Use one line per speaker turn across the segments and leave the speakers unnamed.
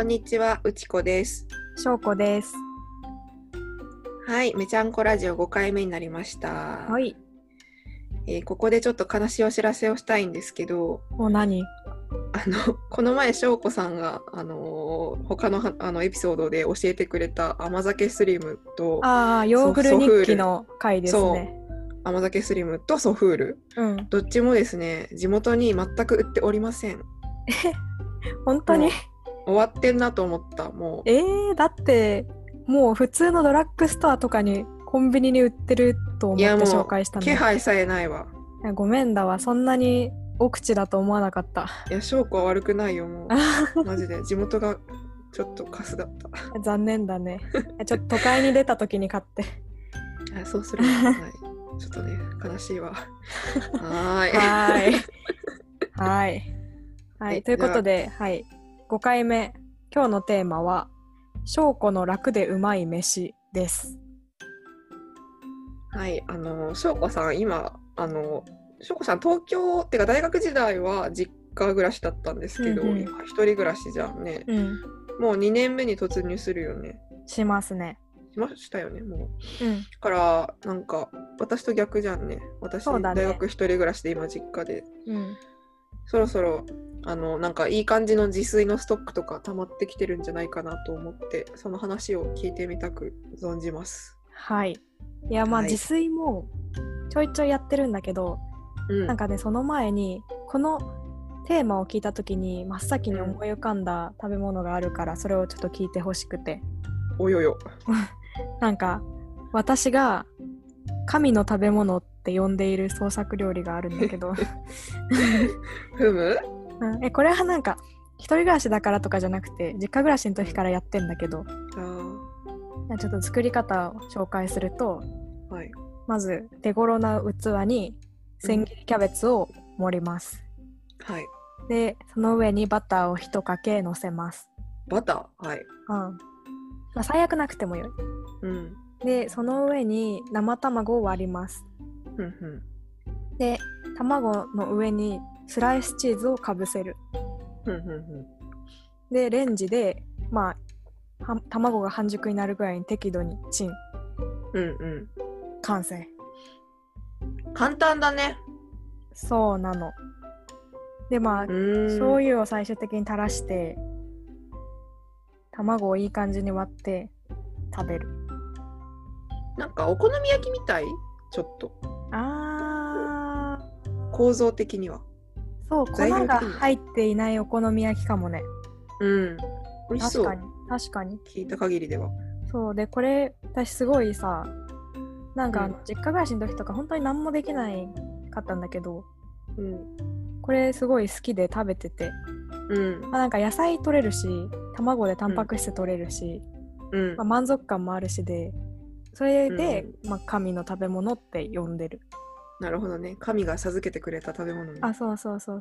こんにちは、うちこです。
しょうこです。
はい、めちゃんこラジオ5回目になりました。
はい。
ここでちょっと悲しいお知らせをしたいんですけど、
何？
この前しょうこさんが他のエピソードで教えてくれた甘酒スリムと
ヨーグル日記の回ですね。
そう、甘酒スリムとソフール、どっちもですね、地元に全く売っておりません。
本当に？
終わってんなと思った。もう
だってもう普通のドラッグストアとかにコンビニに売ってると思って紹介したの。
気配さえないわ。
ごめんだわ、そんなに奥地だと思わなかった。
いや、翔子は悪くないよ、もうマジで地元がちょっとカスだった。
残念だね。ちょっと都会に出た時に買って
そうするわ、はい、ちょっとね悲しいわ。
はいということで、はい、5回目、今日のテーマはしょうこの楽でうまい飯です。
はい、しょうこさん今しょうこさん東京ってか大学時代は実家暮らしだったんですけど、今一人暮らしじゃんね、もう2年目に突入するよね。
しますね。
しましたよね、もう、からなんか私と逆じゃんね。私、大学一人暮らしで今実家で、そろそろなんかいい感じの自炊のストックとか溜まってきてるんじゃないかなと思って、その話を聞いてみたく存じます。
はい。いや、自炊もちょいちょいやってるんだけど、なんかね、その前にこのテーマを聞いた時に真っ先に思い浮かんだ食べ物があるから、それをちょっと聞いてほしくて。
およよ
なんか私が神の食べ物って呼んでいる創作料理があるんだけど
ふむ？
これはなんか一人暮らしだからとかじゃなくて、実家暮らしの時からやってんだけど、ちょっと作り方を紹介すると、まず手頃な器に千切りキャベツを盛ります。でその上にバターを1かけ乗せます。
バター？
最悪なくてもよい。でその上に生卵を割ります。で卵の上にスライスチーズをかぶせる。でレンジで卵が半熟になるぐらいに適度にチン。完成。
簡単だね。
そうなの。で醤油を最終的に垂らして卵をいい感じに割って食べる。
なんかお好み焼きみたい、ちょっと。構造的には。
そう、粉が入っていないお好み焼きかもね。
美味しそう。
確かに
聞いた限りでは。
そうで、これ私すごいさ、なんか実家暮らしの時とか本当に何もできないかったんだけど、これすごい好きで食べてて、なんか野菜取れるし、卵でタンパク質取れるし、満足感もあるしで、それで、神の食べ物って呼んでる。
なるほどね。神が授けてくれた食べ物ね。
そう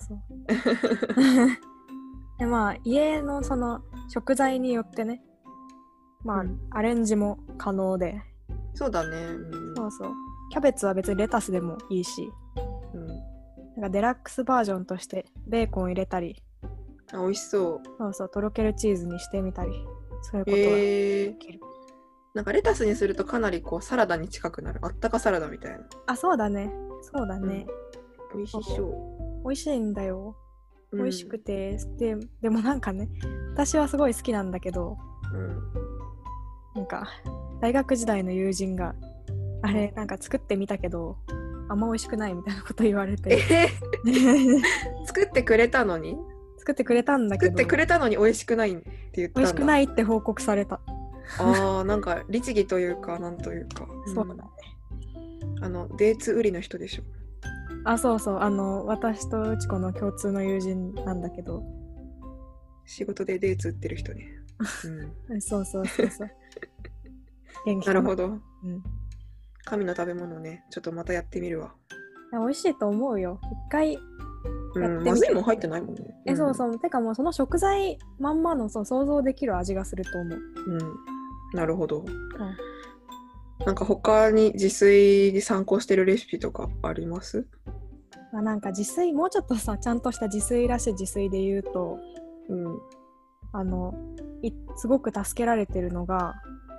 で家のその食材によってね、アレンジも可能で。
そうだね。
そうキャベツは別にレタスでもいいし、なんかデラックスバージョンとしてベーコン入れたり、
美味しそう。
そうとろけるチーズにしてみたり、そういうことができる。
なんかレタスにするとかなりこうサラダに近くなる。あったかサラダみたいな。
そうだね。
美味しそう。
美味しいんだよ。美味しくて、でもなんかね、私はすごい好きなんだけど、なんか大学時代の友人があれなんか作ってみたけどあんま美味しくないみたいなこと言われて
作ってくれたのに
作ってくれたんだけど、
作ってくれたのに美味しくないって言ったんだ。
美味しくないって報告された。
なんか律儀というかなんというか、
そうだね。
デーツ売りの人でしょ。
そう私とうちこの共通の友人なんだけど、
仕事でデーツ売ってる人ね。
そう
元気なるほど、神の食べ物ね、ちょっとまたやってみるわ。
美味しいと思うよ、一回やってみて。
まずいもん入ってないもんね。
そうてかもうその食材まんまの想像できる味がすると思う。
なるほど。なんか他に自炊に参考してるレシピとかあります？
なんか自炊もうちょっとさ、ちゃんとした自炊らしい自炊で言うと、 すごく助けられてるのが、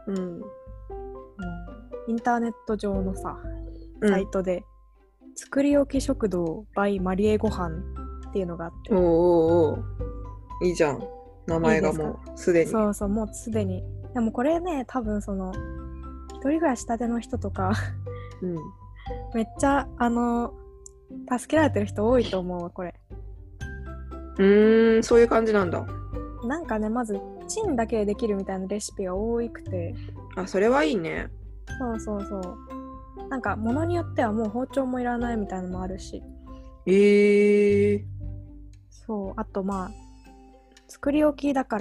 インターネット上のさサイトで、作り置き食堂 by マリエごはんっていうのがあって。
おいいじゃん、名前がもうすでに。
そうもうすでに。でもこれね、多分その一人暮らしたての人とかめっちゃ助けられてる人多いと思うわこれ。
そういう感じなんだ。
なんかね、まずチンだけでできるみたいなレシピが多くて。
あ、それはいいね。
そうなんか物によってはもう包丁もいらないみたいなのもあるし。そう、あとまあ作り置きだから、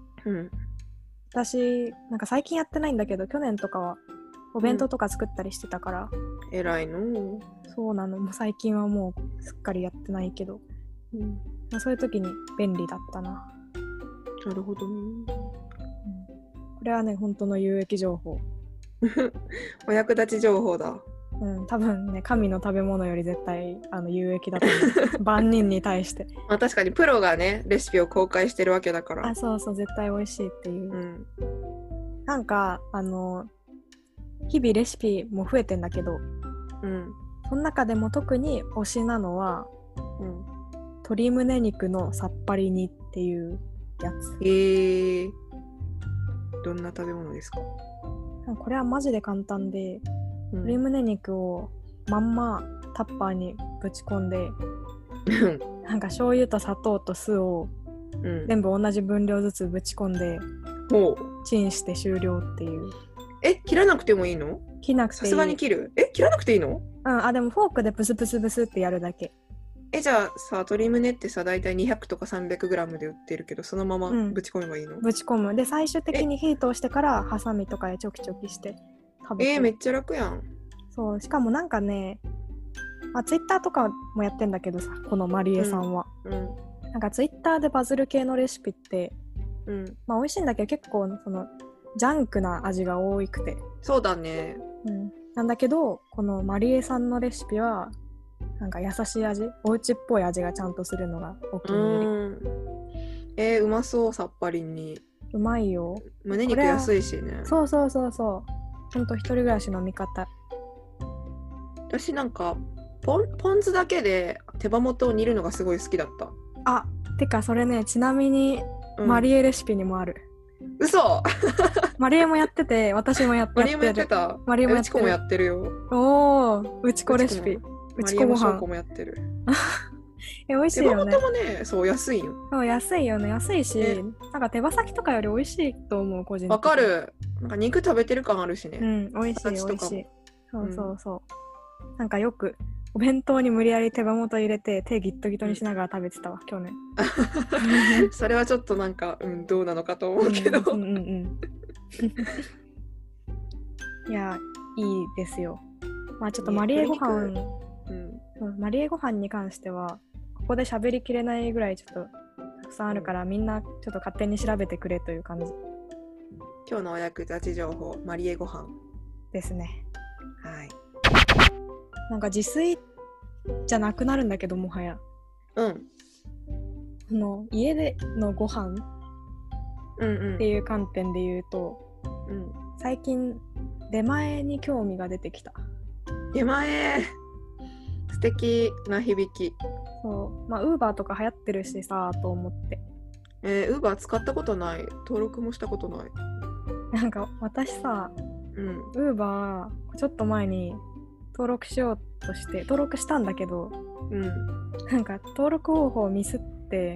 私なんか最近やってないんだけど、去年とかはお弁当とか作ったりしてたから。
偉いの。
そうなの。もう最近はもうすっかりやってないけど、まあ、そういう時に便利だったな。
なるほどね。
これはね、本当の有益情報。
お役立ち情報だ。
多分ね、神の食べ物より絶対有益だと思う。万人に対して。
まあ確かにプロがね、レシピを公開してるわけだから。
あ、そう絶対美味しいっていう。なんか日々レシピも増えてんだけど、その中でも特に推しなのは、鶏胸肉のさっぱり煮っていうやつ。
どんな食べ物ですか？
これはマジで簡単で、鶏胸肉をまんまタッパーにぶち込んでなんか醤油と砂糖と酢を全部同じ分量ずつぶち込んで、チンして終了っていう。
切らなくてもいいの？
切らなくていい。さ
すがに切る？切らなくていいの？
でもフォークでブスブスブスってやるだけ。
じゃあさ、鶏胸ってさ、だいたい200とか 300g で売ってるけど、そのままぶち込めばいいの？
ぶち込む。で、最終的に火通してからハサミとかでチョキチョキして食べて。
めっちゃ楽やん。
そう、しかもなんかね、ツイッターとかもやってんだけどさ、このマリエさんは。なんかツイッターでバズる系のレシピって、まあ美味しいんだけど、結構そのジャンクな味が多くて。
そうだね。
なんだけど、このマリエさんのレシピはなんか優しい味、お家っぽい味がちゃんとするのがお気に入
り。うまそう、さっぱりに。
うまいよ。
胸肉安いしね。
そうほんと一人暮らしの味方。
私なんかポン酢だけで手羽元を煮るのがすごい好きだった。
てかそれね、ちなみにマリエレシピにもある。
嘘
マリエもやってて、私もやってる。
マリエもやってた。
マリエもやってる。
うちこもやってるよ。
うちこレシピ。
うちこご飯もやってる。
美味しいよね。
手羽元もね、そう安いよ。
そう安いよね。安いし、なんか手羽先とかより美味しいと思う、個人的に。
わかる。なんか肉食べてる感あるしね。
美味しい美味しい。そう。なんかよくお弁当に無理やり手羽元入れて手ギットギトにしながら食べてたわ、去年。
それはちょっとなんか、どうなのかと思うけど。
いや、いいですよ。まあちょっとマリエご飯、マリエご飯に関してはここで喋りきれないぐらいちょっとたくさんあるから、みんなちょっと勝手に調べてくれという感じ。
今日のお役立ち情報、マリエご飯
ですね。
はい。
なんか自炊じゃなくなるんだけど、もはや。家でのご飯っていう観点で言うと、最近出前に興味が出てきた。
出前素敵な響き。
そう、まあ Uber とか流行ってるしさと思って。
Uber 使ったことない。登録もしたことない。
なんか私さ、Uber ちょっと前に登録しようとして登録したんだけど、なんか登録方法をミスって、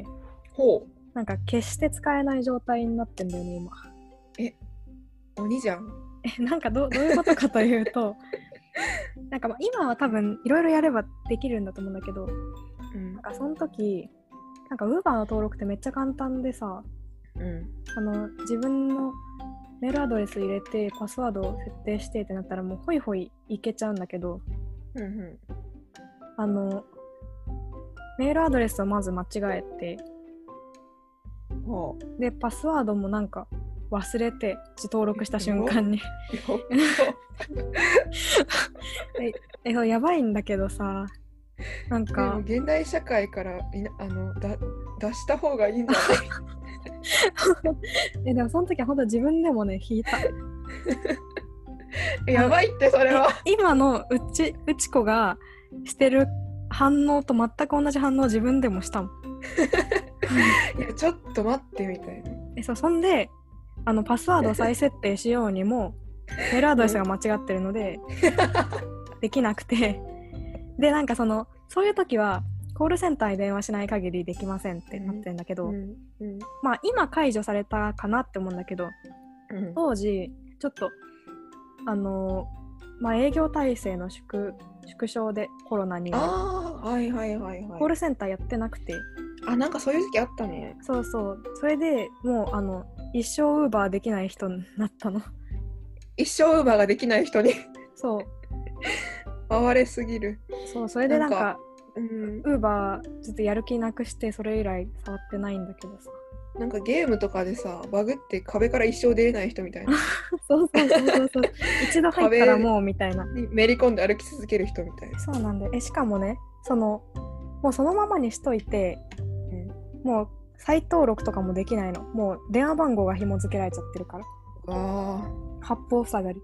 なんか決して使えない状態になってんだよね今。
鬼じゃん。
なんかどういうことかというとなんか今は多分いろいろやればできるんだと思うんだけど、なんかその時なんか Uber の登録ってめっちゃ簡単でさ、自分のメールアドレス入れてパスワードを設定してってなったらもうホイホイいけちゃうんだけど、メールアドレスをまず間違えて、でパスワードもなんか忘れて登録した瞬間にやばいんだけどさ、なんか
現代社会から出した方がいいんじゃない
でもその時は本当自分でもね引いた。
やばいってそれは。
今のうち子がしてる反応と全く同じ反応を自分でもしたもん。
いやちょっと待ってみたいな。
そんでパスワードを再設定しようにもメールアドレスが間違ってるのでできなくて、でなんかそういう時はコールセンターに電話しない限りできませんってなってるんだけど、まあ今解除されたかなって思うんだけど、当時ちょっとまあ営業体制の縮小でコロナにコールセンターやってなくて、
なんかそういう時期あったね。
そうそれでもう一生ウーバーできない人になったの。
一生ウーバーができない人に
そう
哀れすぎる。
そうそれでなんかウーバーちょっとやる気なくしてそれ以来触ってないんだけどさ、
なんかゲームとかでさバグって壁から一生出れない人みたいな。
そう一度入ったらもうみたいな
めり込んで歩き続ける人みたいな。
そうなんでしかもねもうそのままにしといて、もう再登録とかもできないの。もう電話番号が紐付けられちゃってるから。八方塞がり。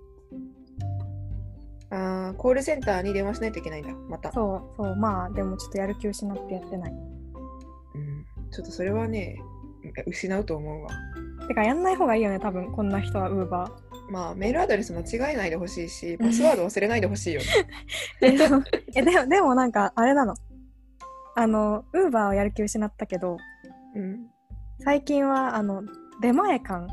コールセンターに電話しないといけないんだまた。
そうまあでもちょっとやる気失ってやってない。
ちょっとそれはね失うと思うわ。
てかやんない方がいいよね多分こんな人はウーバ
ー。まあメールアドレス間違えないでほしいしパスワード忘れないでほしいよ
ね。でもなんかあれなの。ウーバーはやる気失ったけど、最近は出前館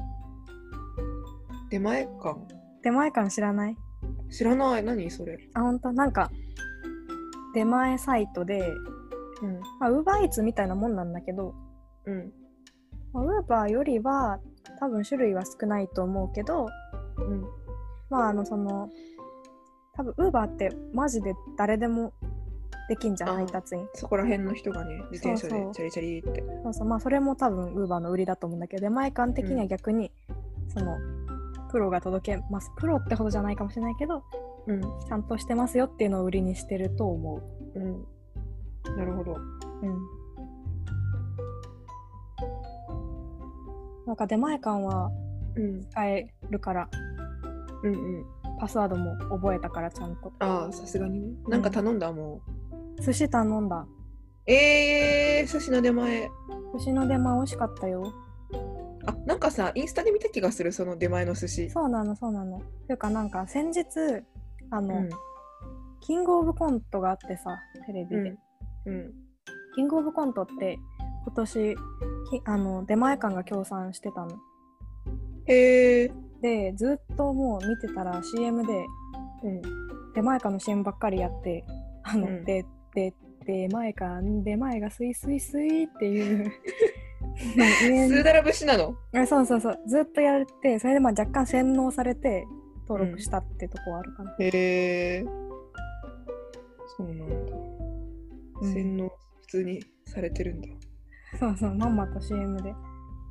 知らない？
知らない。何それ？
本当？なんか出前サイトで、まあウーバーイーツみたいなもんなんだけど、まあ、ウーバーよりは多分種類は少ないと思うけど、まあ多分ウーバーってマジで誰でもできんじゃん、配達員。
そこら辺の人がね自転車でチャリチャリって。
まあそれも多分ウーバーの売りだと思うんだけど、出前館的には逆に、プロが届けます。プロってほどじゃないかもしれないけど、ちゃんとしてますよっていうのを売りにしてると思
う。なるほど。
なんか出前館は使えるから、パスワードも覚えたからちゃんと。
さすがにね。なんか頼んだも
う。寿司頼んだ。
寿司の出前。
寿司の出前美味しかったよ。
なんかさインスタで見た気がするその出前の寿司。
そうなの。というかなんか先日キングオブコントがあってさテレビで。キングオブコントって今年出前館が協賛してたの。でずっともう見てたら CM で、出前館の CM ばっかりやってで出前がスイスイスイっていう
スーダラ節なの？
そうずっとやって、それでまあ若干洗脳されて登録したってとこはあるかな。
そうなんだ。洗脳普通にされてるんだ。
そうまんまと CM で。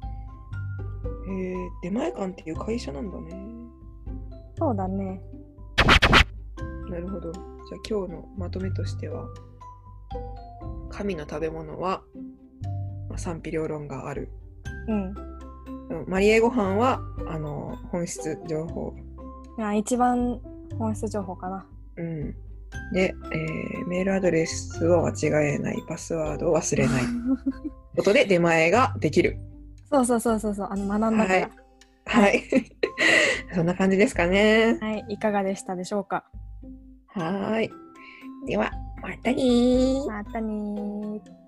出前館っていう会社なんだね。
そうだね。
なるほど。じゃあ今日のまとめとしては、神の食べ物は、賛否両論がある。マリエご飯は本質情報。
一番本質情報かな。
で、メールアドレスを間違えない、パスワードを忘れないことで出前ができる。
そう学んだから。
はい。そんな感じですかね。
はい、いかがでしたでしょうか。
はい。では、またねー。
またねー。